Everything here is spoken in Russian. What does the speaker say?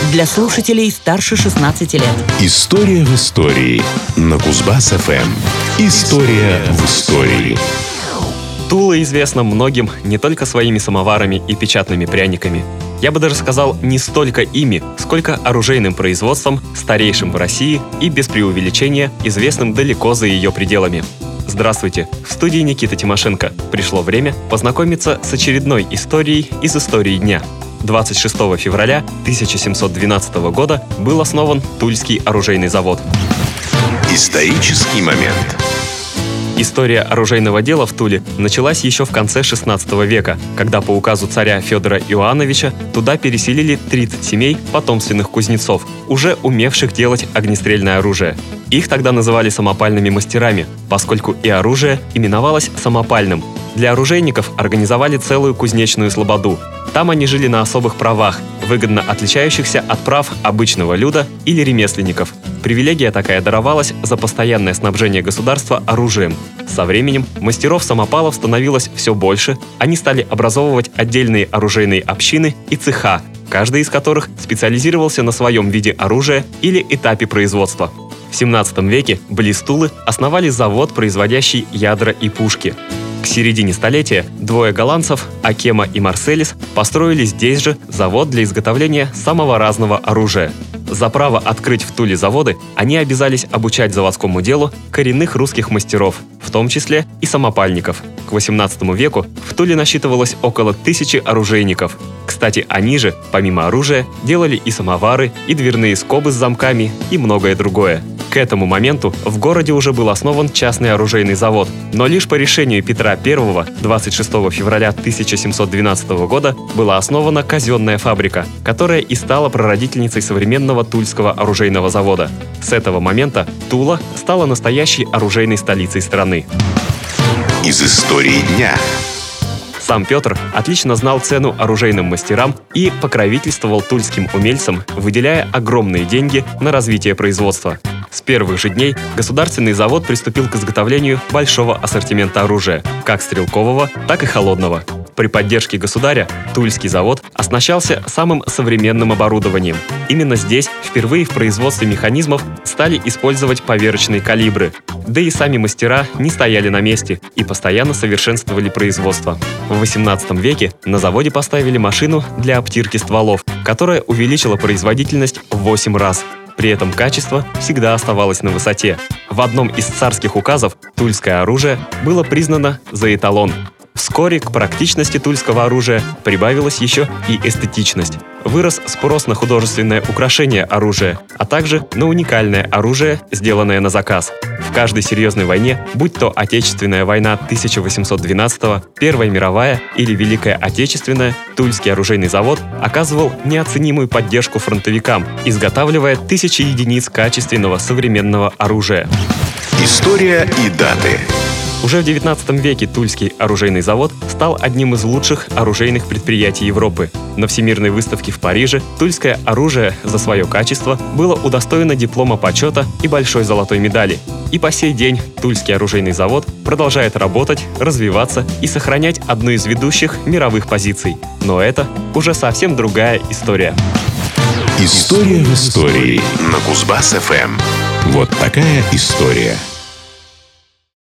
Для слушателей старше 16 лет. История в истории на Кузбасс-ФМ. История в истории. Тула известна многим не только своими самоварами и печатными пряниками. Я бы даже сказал, не столько ими, сколько оружейным производством, старейшим в России и, без преувеличения, известным далеко за ее пределами. Здравствуйте! В студии Никита Тимошенко. Пришло время познакомиться с очередной историей из истории дня. 26 февраля 1712 года был основан Тульский оружейный завод. Исторический момент. История оружейного дела в Туле началась еще в конце XVI века, когда по указу царя Федора Иоановича туда переселили 30 семей потомственных кузнецов, уже умевших делать огнестрельное оружие. Их тогда называли самопальными мастерами, поскольку и оружие именовалось самопальным. Для оружейников организовали целую кузнечную слободу. Там они жили на особых правах, выгодно отличающихся от прав обычного люда или ремесленников. Привилегия такая даровалась за постоянное снабжение государства оружием. Со временем мастеров-самопалов становилось все больше, они стали образовывать отдельные оружейные общины и цеха, каждый из которых специализировался на своем виде оружия или этапе производства. В 17 веке близ Тулы основали завод, производящий ядра и пушки. К середине столетия двое голландцев, Акема и Марселис, построили здесь же завод для изготовления самого разного оружия. За право открыть в Туле заводы они обязались обучать заводскому делу коренных русских мастеров, в том числе и самопальников. К XVIII веку в Туле насчитывалось около 1000 оружейников. Кстати, они же, помимо оружия, делали и самовары, и дверные скобы с замками, и многое другое. К этому моменту в городе уже был основан частный оружейный завод, но лишь по решению Петра I 26 февраля 1712 года была основана казенная фабрика, которая и стала прародительницей современного Тульского оружейного завода. С этого момента Тула стала настоящей оружейной столицей страны. Из истории дня. Сам Петр отлично знал цену оружейным мастерам и покровительствовал тульским умельцам, выделяя огромные деньги на развитие производства. С первых же дней государственный завод приступил к изготовлению большого ассортимента оружия, как стрелкового, так и холодного. При поддержке государя Тульский завод оснащался самым современным оборудованием. Именно здесь впервые в производстве механизмов стали использовать поверочные калибры. Да и сами мастера не стояли на месте и постоянно совершенствовали производство. В XVIII веке на заводе поставили машину для обтирки стволов, которая увеличила производительность в 8 раз. При этом качество всегда оставалось на высоте. В одном из царских указов тульское оружие было признано за эталон. Вскоре к практичности тульского оружия прибавилась еще и эстетичность. Вырос спрос на художественное украшение оружия, а также на уникальное оружие, сделанное на заказ. В каждой серьезной войне, будь то Отечественная война 1812, Первая мировая или Великая Отечественная, Тульский оружейный завод оказывал неоценимую поддержку фронтовикам, изготавливая тысячи единиц качественного современного оружия. История и даты. Уже в XIX веке Тульский оружейный завод стал одним из лучших оружейных предприятий Европы. На Всемирной выставке в Париже тульское оружие за свое качество было удостоено диплома почета и большой золотой медали. И по сей день Тульский оружейный завод продолжает работать, развиваться и сохранять одну из ведущих мировых позиций. Но это уже совсем другая история. История в истории на Кузбасс-ФМ. Вот такая история.